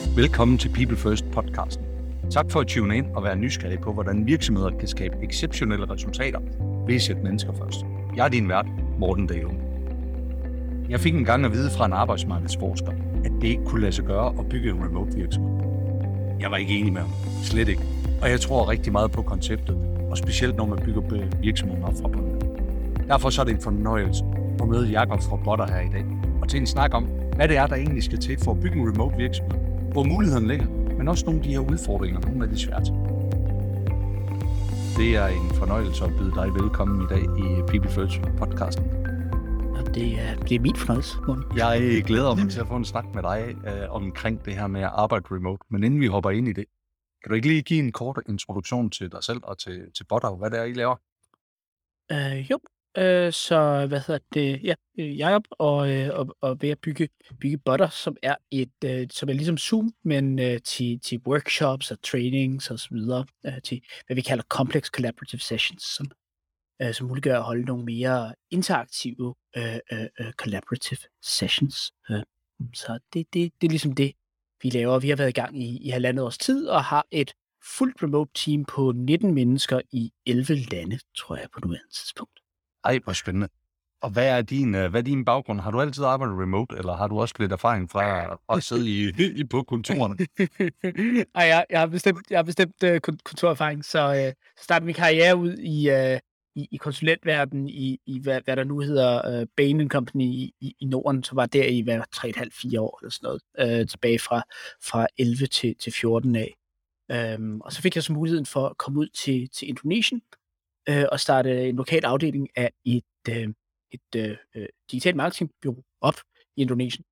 Velkommen til People First podcasten. Tak for at tune ind og være nysgerrig på, hvordan virksomheder kan skabe exceptionelle resultater ved at sætte mennesker først. Jeg er din vært, Morten Dahlum. Jeg fik en gang at vide fra en arbejdsmarkedsforsker, at det ikke kunne lade sig gøre at bygge en remote virksomhed. Jeg var ikke enig med ham. Slet ikke. Og jeg tror rigtig meget på konceptet, og specielt når man bygger virksomheder fra bunden. Derfor så er det en fornøjelse at møde Jakob fra Botter her i dag, og til en snak om, hvad det er, der egentlig skal til for at bygge en remote virksomhed, hvor mulighederne ligger, men også nogle af de her udfordringer, nogle af de svære ting. Det er en fornøjelse at byde dig velkommen i dag i People First podcasten. Det er min fornøjelse, Morten. Jeg glæder mig til at få en snak med dig omkring det her med at arbejde remote, men inden vi hopper ind i det, kan du ikke lige give en kort introduktion til dig selv og til Botter, hvad det er, I laver? Jo, så hvad hedder det? Ja, Jacob og ved at bygge Botter, som er som er ligesom Zoom, men til workshops og trainings og så videre, til hvad vi kalder complex collaborative sessions, som muliggør at holde nogle mere interaktive collaborative sessions. Så det er ligesom det, vi laver. Vi har været i gang i 1,5 års tid og har et fuldt remote team på 19 mennesker i 11 lande, tror jeg, på nuværende tidspunkt. Ej, hvor spændende. Og hvad er din baggrund? Har du altid arbejdet remote, eller har du også lidt erfaring fra at sidde på kontorerne? Ej, jeg har bestemt kontorerfaring, så startede min karriere ud i konsulentverdenen i hvad der nu hedder Bain & Company i Norden, så var der i 3,5-4 år eller sådan noget, tilbage fra 11 til 14 af. Og så fik jeg så muligheden for at komme ud til Indonesien og starte en lokal afdeling af et digitalt marketingbureau op i Indonesien.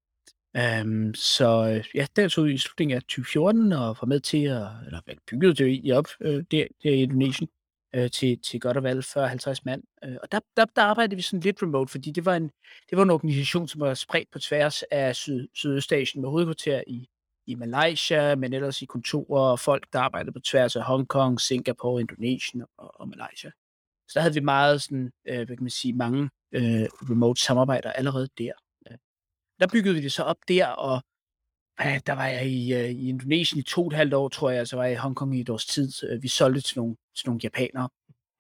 Så der tog i slutningen af 2014 og var med til byggede det egentlig op der i Indonesien til godt og vel 40-50 mand. Og der arbejdede vi sådan lidt remote, fordi det var en organisation, som var spredt på tværs af Sydøstasien med hovedkvarter i Malaysia, men ellers i kontorer og folk, der arbejdede på tværs af Hongkong, Singapore, Indonesien og Malaysia. Så der havde vi meget sådan, mange remote samarbejder allerede der. Der byggede vi det så op der, og der var jeg i Indonesien i 2,5 år, tror jeg, så var jeg i Hongkong i et års tid. Vi solgte til nogle japanere.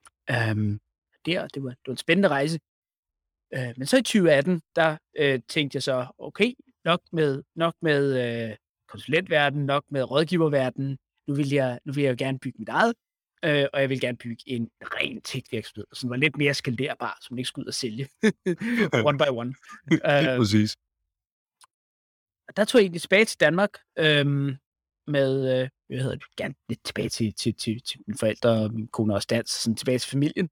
Det var en spændende rejse. Men så i 2018, der tænkte jeg så, okay, nok med konsulentverden, nok med rådgiververden. Nu vil jeg jo gerne bygge mit eget, og jeg vil gerne bygge en ren tech-virksomhed, som var lidt mere skalerbar, som man ikke skulle ud og sælge one by one. Præcis. Der tog jeg egentlig tilbage til Danmark med, gerne lidt tilbage til mine forældre og min kone også dansk, sådan tilbage til familien.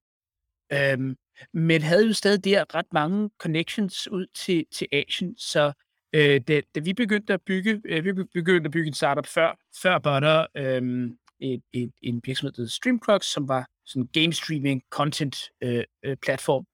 Men havde jo stadig der ret mange connections ud til Asien, så da vi begyndte at bygge en startup før Botter, en virksomhed, der hedder Streamcrux, som var sådan en game streaming content platform.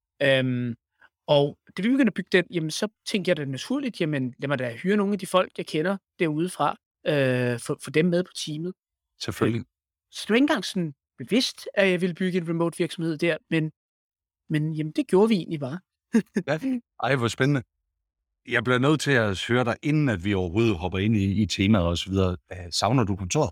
Og da vi begyndte at bygge den, jamen så tænkte jeg da naturligt, jamen lad mig da hyre nogle af de folk, jeg kender derudefra, for dem med på teamet. Selvfølgelig. Så det var ikke engang sådan bevidst, at jeg ville bygge en remote virksomhed der, men jamen det gjorde vi egentlig bare. Ej, hvor spændende. Jeg bliver nødt til at høre dig, inden at vi overhovedet hopper ind i temaet og så videre. Savner du kontoret?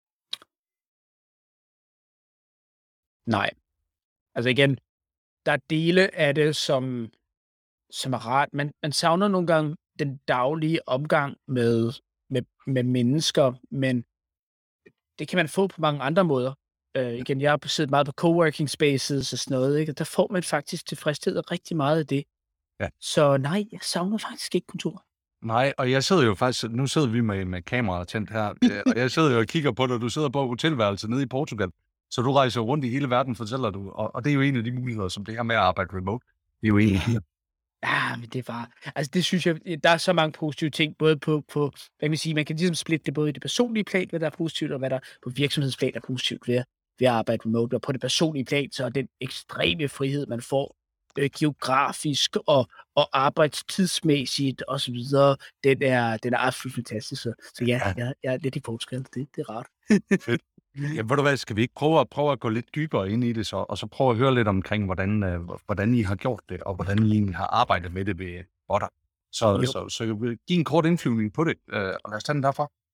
Nej. Altså igen, der er dele af det, som er rart. Man savner nogle gange den daglige omgang med mennesker, men det kan man få på mange andre måder. Igen, jeg har siddet meget på coworking spaces og sådan noget, ikke? Og der får man faktisk tilfredshed rigtig meget af det. Ja. Så nej, jeg savner faktisk ikke kontor. Nej, og jeg sidder jo faktisk, nu sidder vi med kameraet tændt her, og jeg sidder jo og kigger på dig, du sidder på hotelværelset nede i Portugal, så du rejser rundt i hele verden, fortæller du, og det er jo en af de muligheder, som det her med at arbejde remote, det er jo en af de. Ja, men det var, altså det synes jeg, der er så mange positive ting, både på hvad kan man sige, man kan ligesom splitte det både i det personlige plan, hvad der er positivt, og hvad der på virksomhedsplan er positivt ved at arbejde remote, og på det personlige plan, så er den ekstreme frihed, man får geografisk og arbejdstidsmæssigt og så videre, den er absolut fantastisk. Så ja, jeg er lidt i Portugal, det er rart. Fedt. Ja, ved du hvad, skal vi ikke prøve at gå lidt dybere ind i det så, og så prøve at høre lidt omkring, hvordan I har gjort det, og hvordan I egentlig har arbejdet med det ved Botter. Så jeg vil give en kort indflyvning på det, og lad os tage den derfra.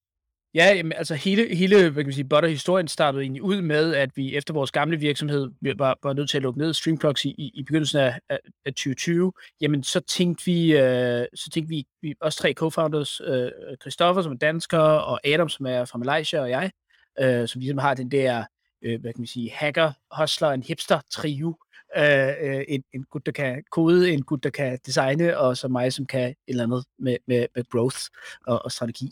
Ja, jamen, altså hele hvad kan man sige, Butter-historien startede egentlig ud med, at vi efter vores gamle virksomhed var nødt til at lukke ned Streamprox i begyndelsen af 2020. Jamen, så tænkte vi os 3 co-founders, Christoffer, som er dansker, og Adam, som er fra Malaysia, og jeg, som ligesom har den der, hvad kan man sige, hacker, hustler, en hipster trio. En gut, der kan kode, en gut, der kan designe, og så mig, som kan et eller andet med growth og strategi.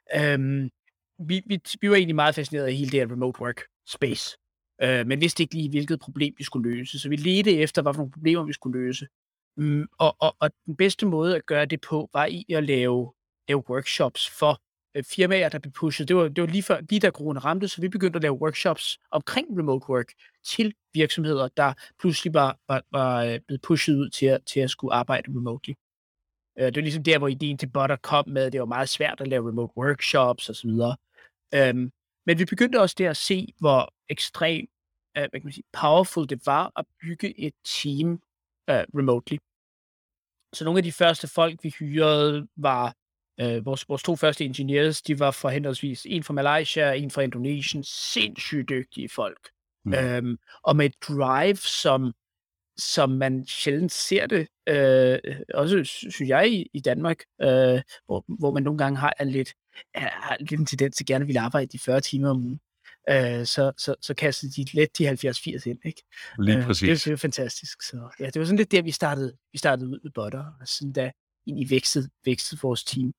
Vi var egentlig meget fascineret af hele det her remote work space, men vidste ikke lige, hvilket problem vi skulle løse. Så vi ledte efter, hvad for nogle problemer vi skulle løse. Og den bedste måde at gøre det på, var i at lave workshops for firmaer, der blev pushet. Det var lige da corona ramte, så vi begyndte at lave workshops omkring remote work til virksomheder, der pludselig var blevet pushet ud til at skulle arbejde remotely. Det var ligesom der, hvor ideen til Butter kom med, det var meget svært at lave remote workshops osv. Men vi begyndte også der at se, hvor ekstremt powerful det var at bygge et team remotely. Så nogle af de første folk, vi hyrede, var vores 2 første engineers. De var fra henholdsvis en fra Malaysia og en fra Indonesien. Sindssygt dygtige folk. Og med et drive, som man sjældent ser det, også synes jeg i Danmark, hvor man nogle gange har lidt en tendens til gerne at ville arbejde de 40 timer om ugen. Så kastede de let de 70-80 ind, ikke? Lige præcis. Det var fantastisk. Så ja, det var sådan lidt der, vi startede ud med Butter, og sådan da egentlig vækstede vores team.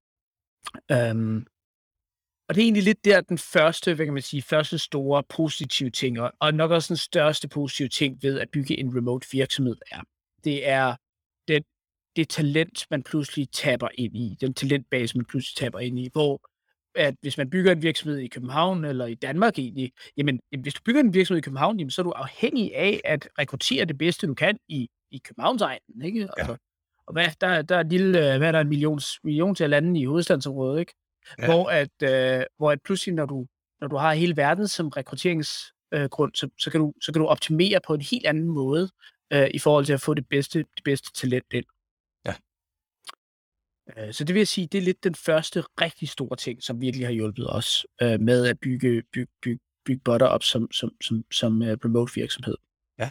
Og det er egentlig lidt der den første, hvad kan man sige, første store positive ting, og nok også den største positive ting ved at bygge en remote virksomhed er. Det er det talent, man pludselig taber ind i, den talentbase, man pludselig taber ind i, hvor at hvis man bygger en virksomhed i København eller i Danmark egentlig, jamen hvis du bygger en virksomhed i København, jamen, så er du afhængig af at rekruttere det bedste, du kan i Københavnsegnen, ikke? Ja. Altså, og hvad, der er en lille, hvad er der, en million til at lande i hovedstadsområdet, ikke? Ja. Hvor at pludselig, når du har hele verden som rekrutteringsgrund, så kan du optimere på en helt anden måde i forhold til at få det bedste talent ind. Ja. Så det vil jeg sige, det er lidt den første rigtig store ting, som virkelig har hjulpet os med at bygge Butter op som remote virksomhed. Ja.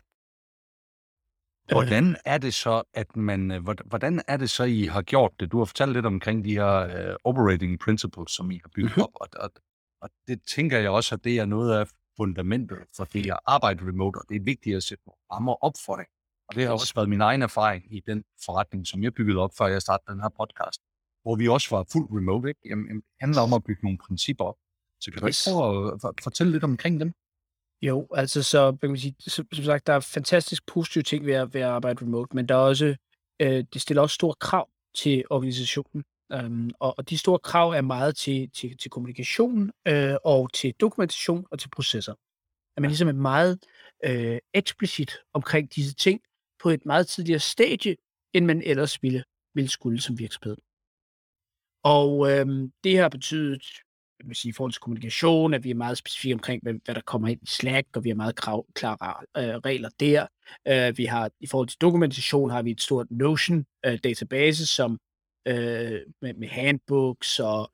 Hvordan er det så, hvordan er det så, I har gjort det? Du har fortalt lidt omkring de her operating principles, som I har bygget op, og det tænker jeg også, at det er noget af fundamentet for det at arbejde remote, og det er vigtigt at sætte nogle rammer op for det. Og det har også været min egen erfaring i den forretning, som jeg byggede op, før jeg startede den her podcast, hvor vi også var fuld remote, ikke? Jamen, det handler om at bygge nogle principper op. Så kan du ikke prøve at fortælle lidt omkring dem? Jo, altså så kan man sige, som sagt, der er fantastisk positive ting ved at arbejde remote, men der er også, det stiller også store krav til organisationen. Og de store krav er meget til kommunikation og til dokumentation og til processer. At man ligesom er meget eksplicit omkring disse ting på et meget tidligere stadie, end man ellers ville skulle som virksomhed. Og det har betydet, jeg vil sige, i forhold til kommunikation, at vi er meget specifikke omkring, hvad der kommer ind i Slack, og vi har meget klare regler der. Vi har, i forhold til dokumentation, har vi et stort Notion database, som med handbooks og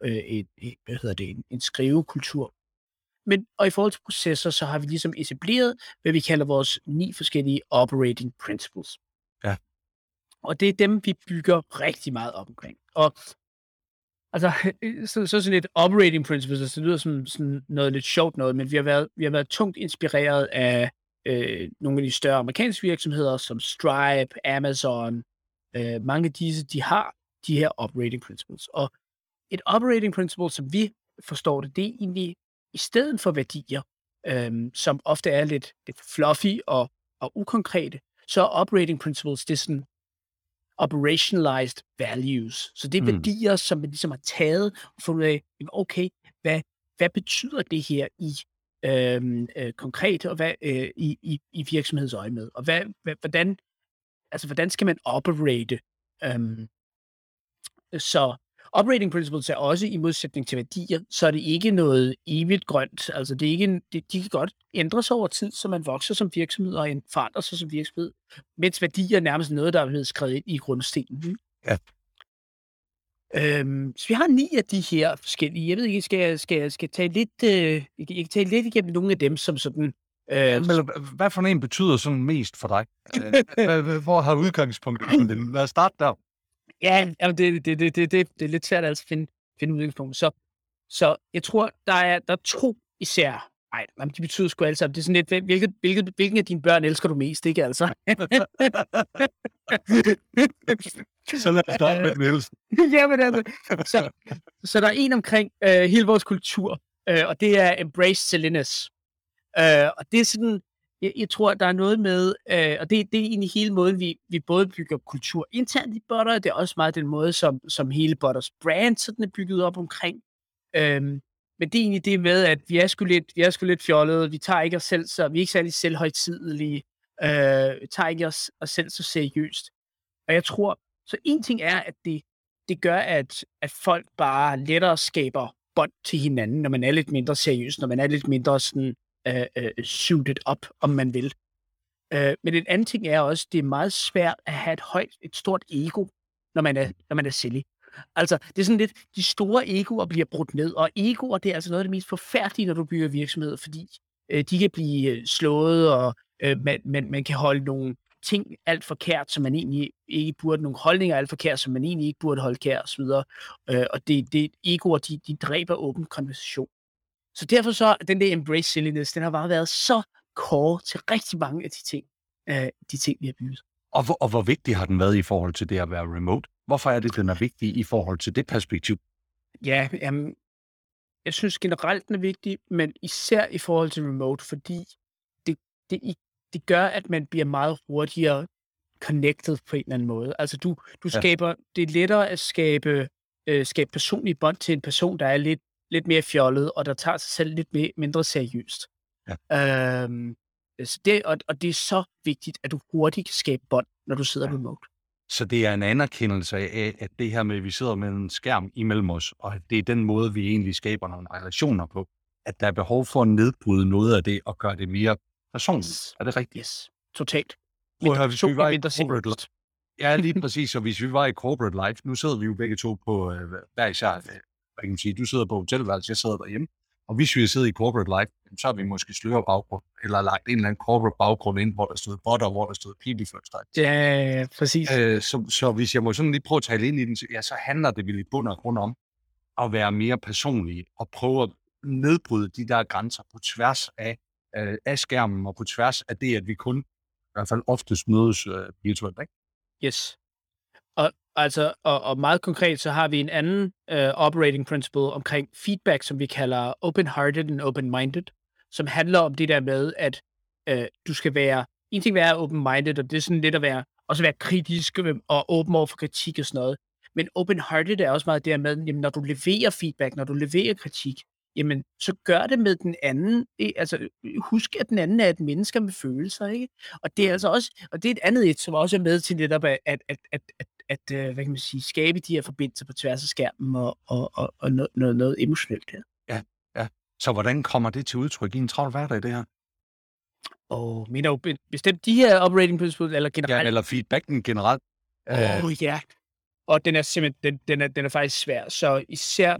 en skrivekultur. Og i forhold til processer, så har vi ligesom etableret, hvad vi kalder vores 9 forskellige operating principles. Ja. Og det er dem, vi bygger rigtig meget op omkring. Og altså, så sådan et operating principles, altså det lyder som sådan noget lidt sjovt noget, men vi har været tungt inspireret af nogle af de større amerikanske virksomheder, som Stripe, Amazon. Mange af disse, de har de her operating principles. Og et operating principle, som vi forstår det, det er egentlig i stedet for værdier, som ofte er lidt fluffy og ukonkrete, så operating principles, det er sådan operationalized values. Så det er værdier, som man ligesom har taget og fundet af, okay, hvad betyder det her i konkret, og hvad i virksomhedsøje med, og hvordan skal man operate? Så operating principles er også i modsætning til værdier, så er det ikke noget evigt grønt. Altså det er ikke de kan godt ændre sig over tid, så man vokser som virksomhed og forandrer sig som virksomhed, mens værdier er nærmest noget, der er blevet skrevet ind i grundstenen. Ja. Så vi har 9 af de her forskellige. Jeg ved ikke, skal tage lidt, jeg kan tage lidt igennem nogle af dem, som sådan... Ja, men hvad for en betyder sådan mest for dig? Hvor har udgangspunktet? Lad os starte der. Ja, jamen det er lidt svært altså at finde udgangspunkt. Så jeg tror, der er 2 især. Nej, de betyder sgu alle sammen. Det er sådan lidt, hvilken af dine børn elsker du mest, ikke altså? Så lad os starte med den ældste. Jamen altså, så der er en omkring hele vores kultur, og det er embrace silliness. Og det er sådan, jeg tror, der er noget med, og det er egentlig hele måden, vi både bygger kultur internt i Butter, og det er også meget den måde, som hele Butters brand sådan er bygget op omkring. Men det er egentlig det med, at vi er sgu lidt fjollede, vi tager ikke os selv, så vi er ikke særlig selvhøjtidelige, vi tager ikke os selv så seriøst. Og jeg tror, så en ting er, at det gør, at folk bare lettere skaber bånd til hinanden, når man er lidt mindre seriøs, når man er lidt mindre sådan suited up, om man vil. Men en anden ting er også, det er meget svært at have et stort ego, når man er silly. Altså, det er sådan lidt, de store egoer bliver brudt ned, og egoer, det er altså noget af det mest forfærdelige, når du bygger virksomhed, fordi de kan blive slået, og man kan holde nogle ting alt forkert, som man egentlig ikke burde, nogle holdninger alt forkert, som man egentlig ikke burde holde kær, osv. Og det egoer, de dræber åben konversation. Så derfor så, den der embrace silliness, den har bare været så core til rigtig mange af de ting, vi har bygget. Og hvor vigtig har den været i forhold til det at være remote? Hvorfor er det, den er vigtig i forhold til det perspektiv? Ja, jeg synes generelt, den er vigtig, men især i forhold til remote, fordi det gør, at man bliver meget hurtigere connected på en eller anden måde. Altså, du skaber, det er lettere at skabe personlige bånd til en person, der er lidt mere fjollet, og der tager sig selv lidt mindre seriøst. Ja. Og det er så vigtigt, at du hurtigt kan skabe bånd, når du sidder remote. Så det er en anerkendelse af, at det her med, at vi sidder med en skærm imellem os, og at det er den måde, vi egentlig skaber nogle relationer på, at der er behov for at nedbryde noget af det og gøre det mere personligt. Yes. Er det rigtigt? Yes, totalt. Hvis vi var i corporate, ja, lige præcis. Og hvis vi var i corporate life, nu sidder vi jo begge to på hver især, hvad kan man sige, du sidder på hotelværelse, jeg sidder derhjemme. Og hvis vi sidder i corporate life, så har vi måske sløret baggrund, eller lagt en eller anden corporate baggrund ind, hvor der stod Butter, hvor der stod people first. Ja, præcis. Så hvis jeg må sådan lige prøve at tale ind i den, ja, så handler det vel i bund og grund om at være mere personlig og prøve at nedbryde de der grænser på tværs af skærmen og på tværs af det, at vi kun i hvert fald oftest mødes virtuelt, ikke? Yes. Og meget konkret, så har vi en anden operating principle omkring feedback, som vi kalder open-hearted and open-minded, som handler om det der med, at du skal være, en ting er open-minded, og det er sådan lidt at også være kritisk og åben over for kritik og sådan noget, men open-hearted er også meget det der med, jamen, når du leverer feedback, når du leverer kritik, jamen, så gør det med den anden, altså husk, at den anden er et menneske med følelser, ikke? Og det er altså også, og det er et andet som også er med til netop at hvad kan man sige, skabe de her forbindelser på tværs af skærmen og noget emotionelt her. Ja. Så hvordan kommer det til udtryk i en travl hverdag, det her? Mener du bestemt de her operating principles, eller generelt? Ja, eller feedbacken generelt. Ja. Og den er simpelthen, den er faktisk svær. Så især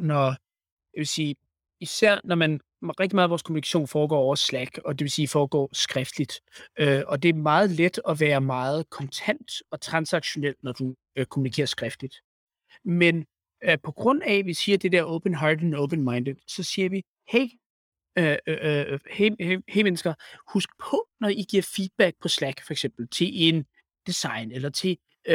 når man rigtig meget af vores kommunikation foregår over Slack, og det vil sige foregår skriftligt. Og det er meget let at være meget kontant og transaktionel, når du kommunikerer skriftligt. Men på grund af, at vi siger det der open-hearted og open-minded, så siger vi, hey mennesker, husk på, når I giver feedback på Slack, for eksempel, til en design, eller til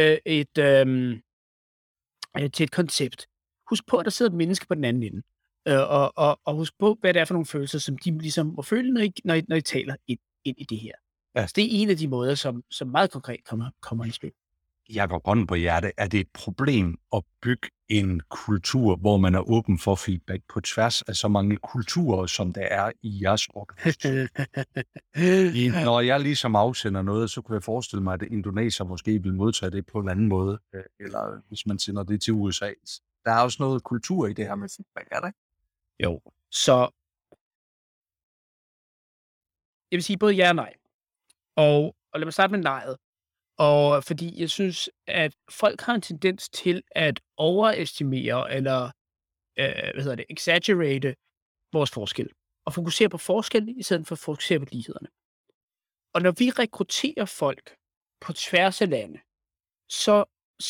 et koncept. Husk på, at der sidder et menneske på den anden ende. Og husk på, hvad det er for nogle følelser, som de ligesom må føle, når I taler ind i det her. Ja. Så det er en af de måder, som meget konkret kommer i spil. Jakob, hånden på hjerte, er det et problem at bygge en kultur, hvor man er åben for feedback på tværs af så mange kulturer, som der er i jeres organisation? Når jeg ligesom afsender noget, så kunne jeg forestille mig, at Indonesien måske vil modtage det på en anden måde, eller hvis man sender det til USA. Der er også noget kultur i det her med feedback, er der ikke? Jo, så jeg vil sige både ja og nej. Og lad mig starte med nejet. Og fordi jeg synes, at folk har en tendens til at overestimere eller exaggerate vores forskel. Og fokusere på forskellen, i stedet for at fokusere på lighederne. Og når vi rekrutterer folk på tværs af lande, så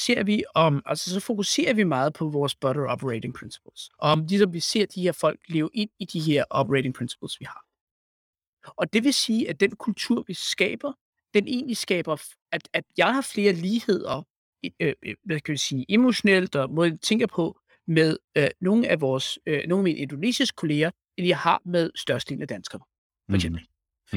så fokuserer vi meget på vores butter operating principles. Og om ligesom vi ser de her folk leve ind i de her operating principles, vi har. Og det vil sige, at den kultur, vi skaber, den egentlig skaber, at jeg har flere ligheder, hvad kan vi sige, emotionelt og måde, jeg tænker på, med nogle af mine indonesiske kolleger, end jeg har med størstedelen af danskere, for eksempel.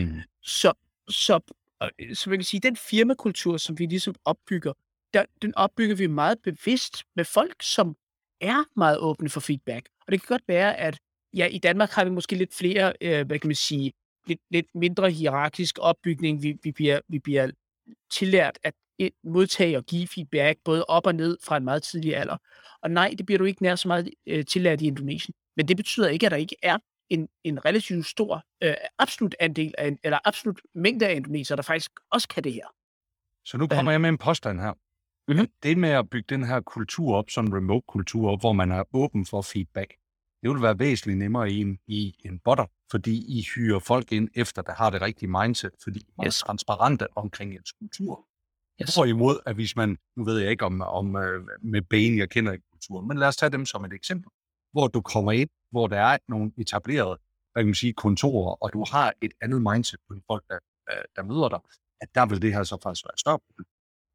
Så man kan sige, den firmakultur, som vi ligesom opbygger, den opbygger vi meget bevidst med folk, som er meget åbne for feedback. Og det kan godt være, at i Danmark har vi måske lidt flere, hvad kan man sige, lidt mindre hierarkisk opbygning. Vi bliver tillært at modtage og give feedback, både op og ned fra en meget tidlig alder. Og nej, det bliver du ikke nær så meget tillært i Indonesien. Men det betyder ikke, at der ikke er en relativt stor absolut andel eller absolut mængde af indonesere, der faktisk også kan det her. Så nu kommer jeg med en påstand her. Mm-hmm. Det med at bygge den her kultur op, sådan en remote-kultur op, hvor man er åben for feedback, det vil være væsentligt nemmere i en botter, fordi I hyrer folk ind efter, der har det rigtige mindset, fordi I er transparente omkring jeres kultur. Hvorimod, at hvis man, nu ved jeg ikke om med Bain, jeg kender ikke kulturen, men lad os tage dem som et eksempel, hvor du kommer ind, hvor der er nogle etablerede, hvad kan man sige, kontorer, og du har et andet mindset på de folk, der møder dig, at der vil det her så faktisk være større problem.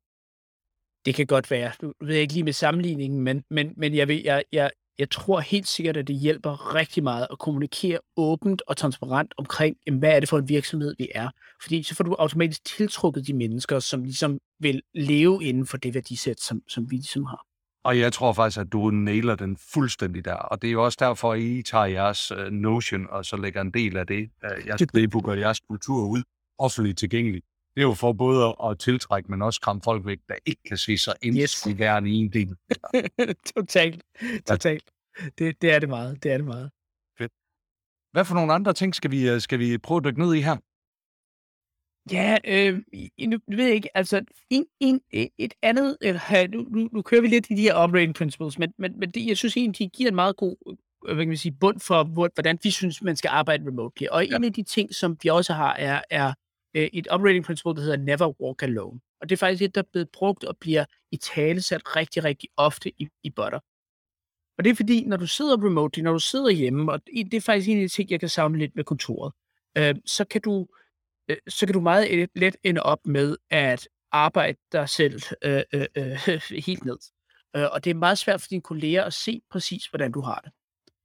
Det kan godt være. Nu ved jeg ikke lige med sammenligningen, men jeg tror helt sikkert, at det hjælper rigtig meget at kommunikere åbent og transparent omkring, hvad er det for en virksomhed, vi er. Fordi så får du automatisk tiltrukket de mennesker, som ligesom vil leve inden for det værdisæt, som vi ligesom har. Og jeg tror faktisk, at du nailer den fuldstændig der. Og det er jo også derfor, at I tager jeres Notion, og så lægger en del af det, jeres playbook og jeres kultur ud, offentligt tilgængeligt. Det er jo for både at tiltrække, men også skræmme folk væk, der ikke kan se sig ind i hver en del. Totalt. Det er det meget. Det er det meget. Fedt. Hvad for nogle andre ting skal vi prøve at dykke ned i her? Ja, nu ved jeg ikke, altså et andet, nu kører vi lidt i de her operating principles, men det, jeg synes egentlig, de giver en meget god, hvad kan man sige, bund for, hvordan vi synes, man skal arbejde remotely. Og en af de ting, som vi også har, er et operating principle, der hedder never walk alone. Og det er faktisk et, der er blevet brugt og bliver italesat rigtig, rigtig ofte i botter. Og det er fordi, når du sidder remotely, når du sidder hjemme, og det er faktisk en af de ting, jeg kan savne lidt med kontoret, så kan du meget let ende op med at arbejde dig selv helt ned. Og det er meget svært for dine kolleger at se præcis, hvordan du har det.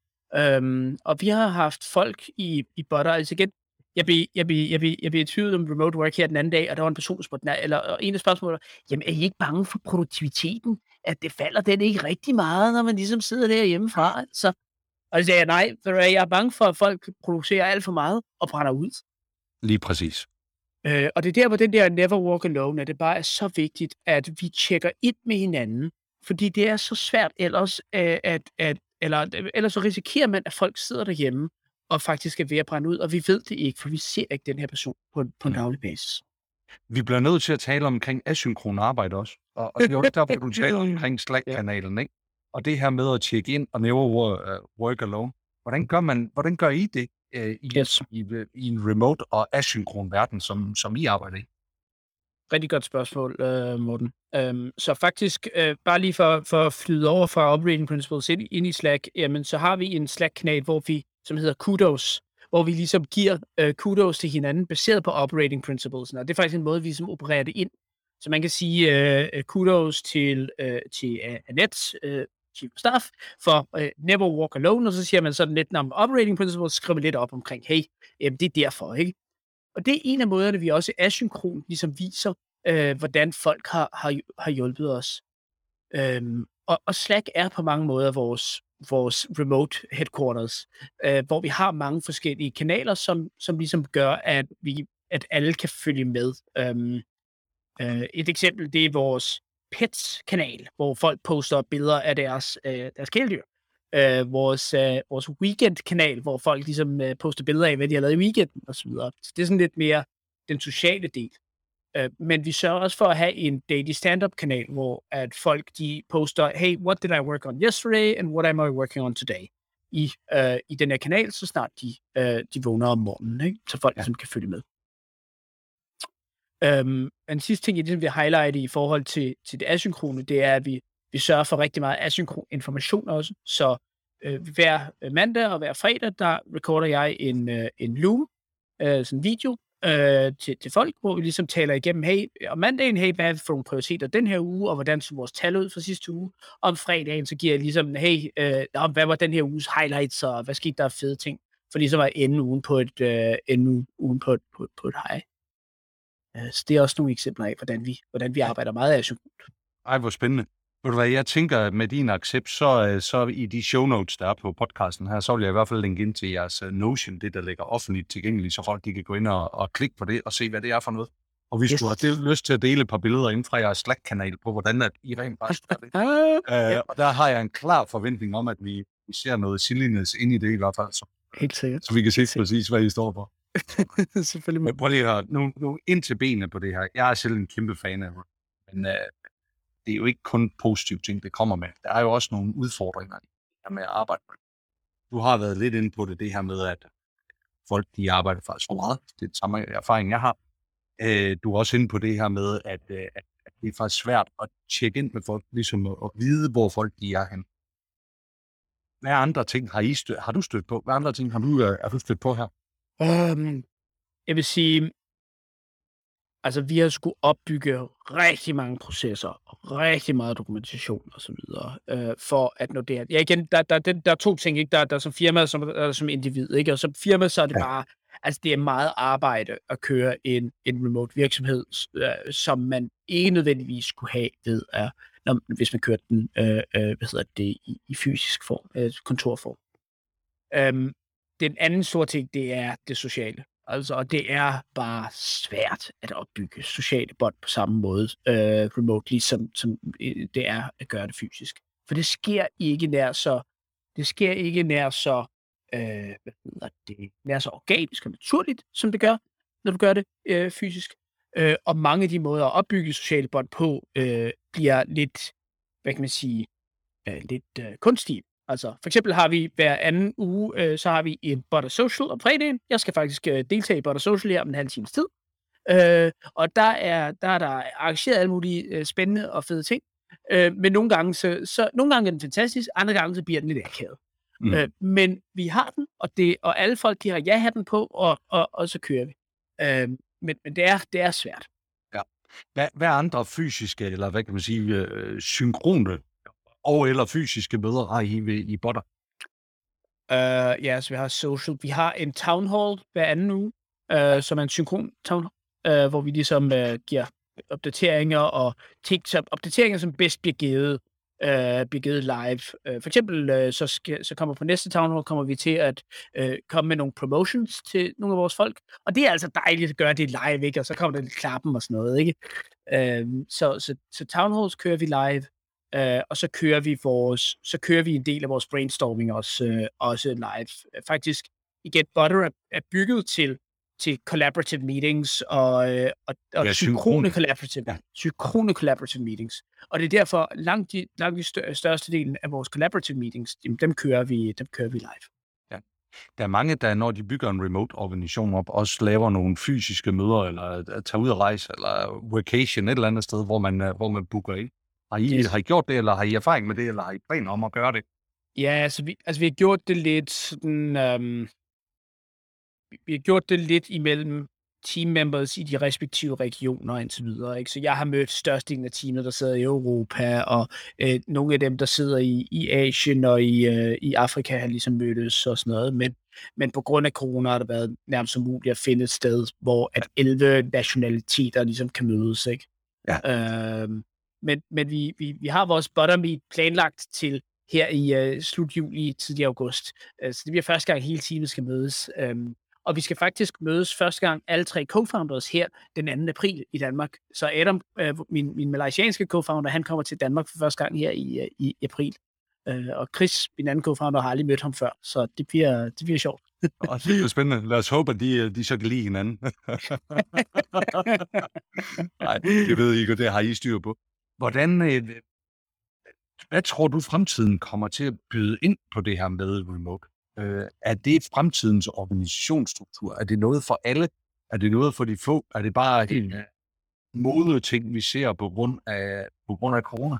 Og vi har haft folk i botter, altså igen, jeg blev i tvivl om remote work her den anden dag, og der var en person, der spurgte, og en af spørgsmålene, jamen er I ikke bange for produktiviteten? At det falder den ikke rigtig meget, når man ligesom sidder der hjemmefra? Så, og så sagde jeg, nej, jeg er bange for, at folk producerer alt for meget og brænder ud. Lige præcis. Og det er der, hvor den der never walk alone, at det bare er så vigtigt, at vi tjekker ind med hinanden, fordi det er så svært ellers, ellers så risikerer man, at folk sidder derhjemme og faktisk er ved at brænde ud, og vi ved det ikke, for vi ser ikke den her person på en daglig basis. Vi bliver nødt til at tale omkring asynkron arbejde også, og det er jo derfor, du taler omkring Slack-kanalen, ikke? Og det her med at tjekke ind og never work alone. Hvordan gør I det i en remote og asynkron verden, som I arbejder i? Rigtig godt spørgsmål, Morten. Så faktisk, bare lige for at flyde over fra operating principles ind i Slack, jamen, så har vi en Slack-kanal, som hedder Kudos, hvor vi ligesom giver kudos til hinanden, baseret på operating principles. Og det er faktisk en måde, vi ligesom opererer det ind. Så man kan sige kudos til Annette, chief of staff, for never walk alone, og så siger man sådan lidt om operating principles, skriver lidt op omkring, hey, det er derfor, ikke? Og det er en af måderne, vi også asynkron ligesom viser, hvordan folk har hjulpet os. Og Slack er på mange måder vores remote headquarters, hvor vi har mange forskellige kanaler, som ligesom gør, at alle kan følge med. Et eksempel, det er vores Pets-kanal, hvor folk poster billeder af deres kæledyr. Vores Weekend-kanal, hvor folk ligesom poster billeder af, hvad de har lavet i weekenden, og så videre. Så det er sådan lidt mere den sociale del. Men vi sørger også for at have en daily stand-up-kanal, hvor at folk de poster, hey, what did I work on yesterday, and what am I working on today? I den her kanal, så snart de vågner om morgenen, ikke? Så folk ligesom kan følge med. En sidste ting, jeg ligesom vil highlighte i forhold til det asynkrone, det er, at vi sørger for rigtig meget asynkron information også. Så hver mandag og hver fredag, der recorder jeg en loom, sådan en video, til folk, hvor vi ligesom taler igennem, hey, om mandagen, hey, hvad er det for nogle prioriteter den her uge, og hvordan så vores tal ud for sidste uge. Om fredagen, så giver jeg ligesom, hey, hvad var den her uges highlights, og hvad skete der af fede ting, for ligesom at ende ugen på et high. Så det er også nogle eksempler af, hvordan vi arbejder meget asynkront. Ej, hvor spændende. Ved du hvad, jeg tænker med din accept, så i de show notes, der er på podcasten her, så vil jeg i hvert fald linke ind til jeres Notion, det der ligger offentligt tilgængeligt, så folk de kan gå ind og klikke på det og se, hvad det er for noget. Og hvis du har lyst til at dele et par billeder inden fra jeres Slack-kanal på, hvordan at I rent faktisk gør det. Og der har jeg en klar forventning om, at vi ser noget silliness ind i det i hvert fald. Helt sikkert. Så vi kan se præcis, hvad I står for. Selvfølgelig. Men prøv lige at høre, nu ind til benene på det her. Jeg er selv en kæmpe fan af det. Men det er jo ikke kun positive ting, det kommer med. Der er jo også nogle udfordringer med at arbejde med. Du har været lidt inde på det her med, at folk de arbejder faktisk for meget. Det er den samme erfaring, jeg har. Du er også inde på det her med, at det er faktisk svært at tjekke ind med folk, ligesom at vide, hvor folk de er hen. Hvad andre ting har du stødt på? Hvad andre ting er du stødt på her? Jeg vil sige, altså vi har skulle opbygge rigtig mange processer, rigtig meget dokumentation og så videre, for at nå det her. Ja, igen, der er to ting, ikke? Der er som firma, som individ, ikke? Og som firma, så er det bare, altså det er meget arbejde at køre en remote virksomhed, som man ikke nødvendigvis skulle have ved, hvis man kørte den, i fysisk form, kontorform. Den anden store ting, det er det sociale. Altså, og det er bare svært at opbygge sociale bånd på samme måde remotely, som det er at gøre det fysisk. For det sker ikke nær så organisk og naturligt, som det gør, når du gør det fysisk. Og mange af de måder at opbygge sociale bånd på bliver lidt, hvad kan man sige, kunstige. Altså, for eksempel har vi hver anden uge, så har vi en Butter Social om fredagen. Jeg skal faktisk deltage i Butter Social her om en halv times tid. Og der er der arrangeret alle mulige spændende og fede ting. Men nogle gange er den fantastisk, andre gange så bliver den lidt akavet. Men vi har den, og alle folk de har ja-hatten på, og så kører vi. Men det er svært. Ja. Hvad andre fysiske, eller hvad kan man sige, synkrone eller fysiske møder har I Butter? Ja, så vi har social. Vi har en town hall hver anden uge, som er en synkron town hall, hvor vi ligesom giver opdateringer og opdateringer, som bedst bliver givet live. For eksempel, så kommer på næste town hall, kommer vi til at komme med nogle promotions til nogle af vores folk. Og det er altså dejligt at gøre det live, ikke? Og så kommer der lidt klappen og sådan noget, ikke? Så town halls kører vi live. Og så kører vi en del af vores brainstorming også live. Faktisk, igen, Butter er bygget til collaborative meetings og synkrone collaborative meetings. Og det er derfor langt de største delen af vores collaborative meetings, dem kører vi live. Ja. Der er mange, der når de bygger en remote organisation op, også laver nogle fysiske møder, eller tager ud at rejse, eller vacation et eller andet sted, hvor man booker ind. Har I gjort det, eller har I erfaring med det, eller har I planer om at gøre det? Ja, altså vi har gjort det lidt sådan, vi har gjort det lidt imellem team members i de respektive regioner indtil videre, ikke? Så jeg har mødt størstedelen af teamet, der sidder i Europa, og nogle af dem, der sidder i Asien og i Afrika, har ligesom mødtes og sådan noget, men på grund af corona har det været nærmest umuligt at finde et sted, hvor at 11 nationaliteter ligesom kan mødes, ikke? Ja. Men vi har vores Butter Meet planlagt til her i slut juli, tidlig august. Så det bliver første gang, hele teamet skal mødes. Og vi skal faktisk mødes første gang, alle 3 co-founders her, den 2. april i Danmark. Så Adam, min malaysianske co-founder, han kommer til Danmark for første gang her i april. Og Chris, min anden co-founder, har aldrig mødt ham før, så det bliver sjovt. Det er spændende. Lad os håbe, at de så kan lide hinanden. Nej, det ved I ikke, og det har I styr på. Hvad tror du, fremtiden kommer til at byde ind på det her med remote? Er det fremtidens organisationsstruktur? Er det noget for alle? Er det noget for de få? Er det bare en modeting, vi ser på grund af corona?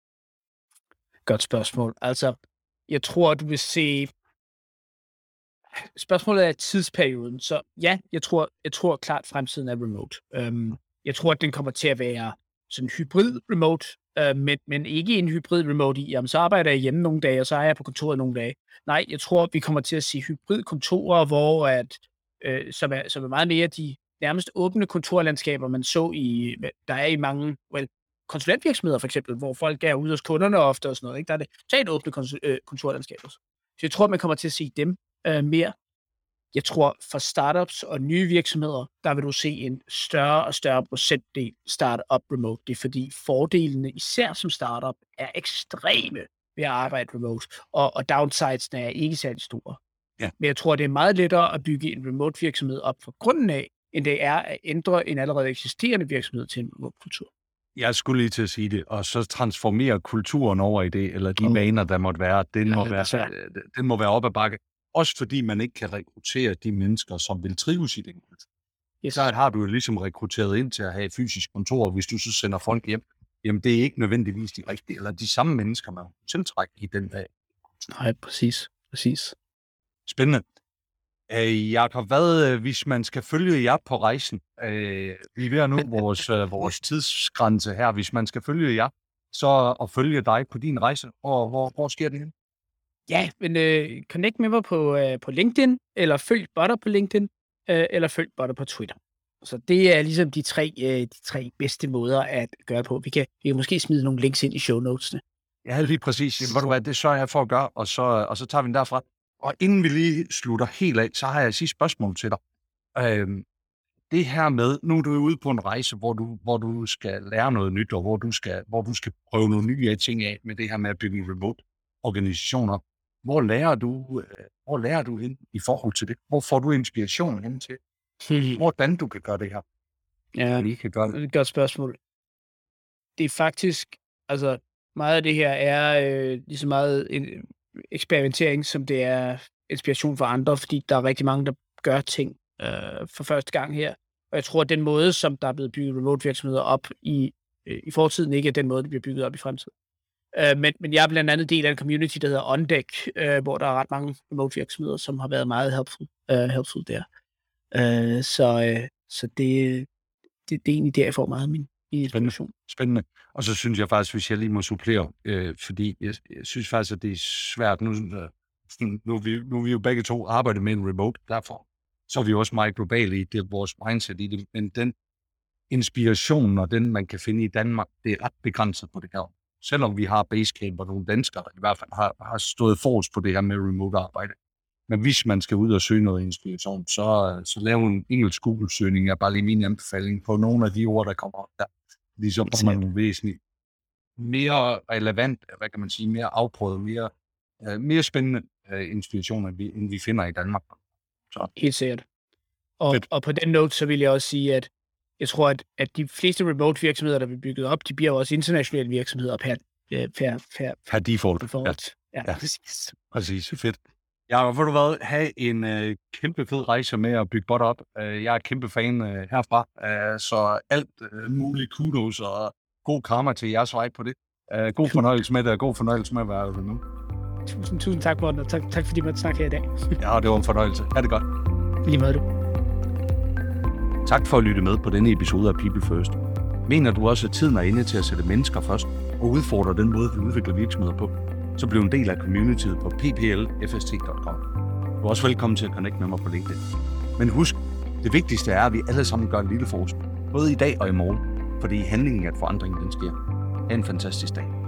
Godt spørgsmål. Altså, jeg tror, du vil se... Spørgsmålet er tidsperioden, så ja, jeg tror klart, fremtiden er remote. Jeg tror, at den kommer til at være sådan hybrid remote, men ikke en hybrid remote i, jamen så arbejder jeg hjemme nogle dage, og så er jeg på kontoret nogle dage. Nej, jeg tror, vi kommer til at se hybrid kontorer, hvor som er meget mere de nærmest åbne kontorlandskaber, man så der er i mange konsulentvirksomheder for eksempel, hvor folk er ude hos kunderne ofte og sådan noget. Ikke? Der er det totalt åbne kontorlandskaber. Så jeg tror, man kommer til at se dem mere. Jeg tror, for startups og nye virksomheder, der vil du se en større og større procentdel startup remote. Det er fordi fordelene, især som startup, er ekstreme ved at arbejde remote, og downsidesene er ikke særlig store. Ja. Men jeg tror, det er meget lettere at bygge en remote virksomhed op fra grunden af, end det er at ændre en allerede eksisterende virksomhed til en remote kultur. Jeg skulle lige til at sige det, og så transformere kulturen over i det, eller de vaner, der måtte være, den må være op ad bakke. Også fordi man ikke kan rekruttere de mennesker, som vil trives i den kultur. Yes. Så har du jo ligesom rekrutteret ind til at have fysisk kontor, hvis du så sender folk hjem. Jamen, det er ikke nødvendigvis de rigtige, eller de samme mennesker, man tiltrækker i den dag. Nej, præcis. Spændende. Jakob, hvis man skal følge jer på rejsen, vi er ved at nå vores tidsgrænse her, hvis man skal følge jer, så at følge dig på din rejse, og hvor sker det hen? Ja, men connect med mig på LinkedIn, eller følg Butter på LinkedIn, eller følg Butter på Twitter. Så det er ligesom de tre bedste måder at gøre det på. Vi kan måske smide nogle links ind i show notesene. Ja, lige præcis. Det sørger jeg for at gøre, og så tager vi den derfra. Og inden vi lige slutter helt af, så har jeg et sidste spørgsmål til dig. Det her med, nu er du ude på en rejse, hvor du skal lære noget nyt, og hvor du skal prøve nogle nye ting af med det her med at bygge remote organisationer. Hvor lærer du hen i forhold til det? Hvor får du inspiration hen til? Hvordan du kan gøre det her? Ja, det er et godt spørgsmål. Det er faktisk, altså meget af det her er lige så meget eksperimentering, som det er inspiration for andre, fordi der er rigtig mange, der gør ting for første gang her. Og jeg tror, at den måde, som der er blevet bygget remote virksomheder op i fortiden, ikke er den måde, det bliver bygget op i fremtiden. Men jeg er blandt andet del af en community, der hedder OnDeck, hvor der er ret mange remote virksomheder, som har været meget helpful der. Så det er egentlig der, jeg får meget af min inspiration. Spændende. Og så synes jeg faktisk, hvis jeg lige må supplere, fordi jeg synes faktisk, at det er svært. Nu er vi jo begge to arbejdet med en remote platform. Så er vi også meget globale i det, vores mindset i det. Men den inspiration, og den man kan finde i Danmark, det er ret begrænset på det her. Selvom vi har Basecamp og nogle danskere, der i hvert fald har stået forrest på det her med remote arbejde. Men hvis man skal ud og søge noget inspiration, så lave en engelsk Google-søgning er bare lige min anbefaling på nogle af de ord, der kommer op der. Ligesom får man nogle væsentligt mere relevant, hvad kan man sige, mere afprøvet, mere spændende inspirationer, end vi finder i Danmark. Så. Helt sikkert. Og på den note, så vil jeg også sige, at jeg tror, at de fleste remote virksomheder, der bliver bygget op, de bliver også internationale virksomheder per default. Ja, præcis. Præcis, fedt. Ja, og vil du hvad, have en kæmpe fed rejse med at bygge Butter op. Jeg er kæmpe fan herfra, så alt muligt kudos og god karma til jeres vej på det. God fornøjelse med det, og god fornøjelse med at være her nu. Tusind tak, Morten, og tak fordi man snakker her i dag. Ja, det var en fornøjelse. Ha' det godt. Lige med du. Tak for at lytte med på denne episode af People First. Mener du også, at tiden er inde til at sætte mennesker først og udfordre den måde, vi udvikler virksomheder på, så bliv en del af communityet på pplfst.com. Du er også velkommen til at connecte med mig på LinkedIn. Men husk, det vigtigste er, at vi alle sammen gør en lille forskel, både i dag og i morgen, fordi handlingen af forandringen den sker. Ha' en fantastisk dag.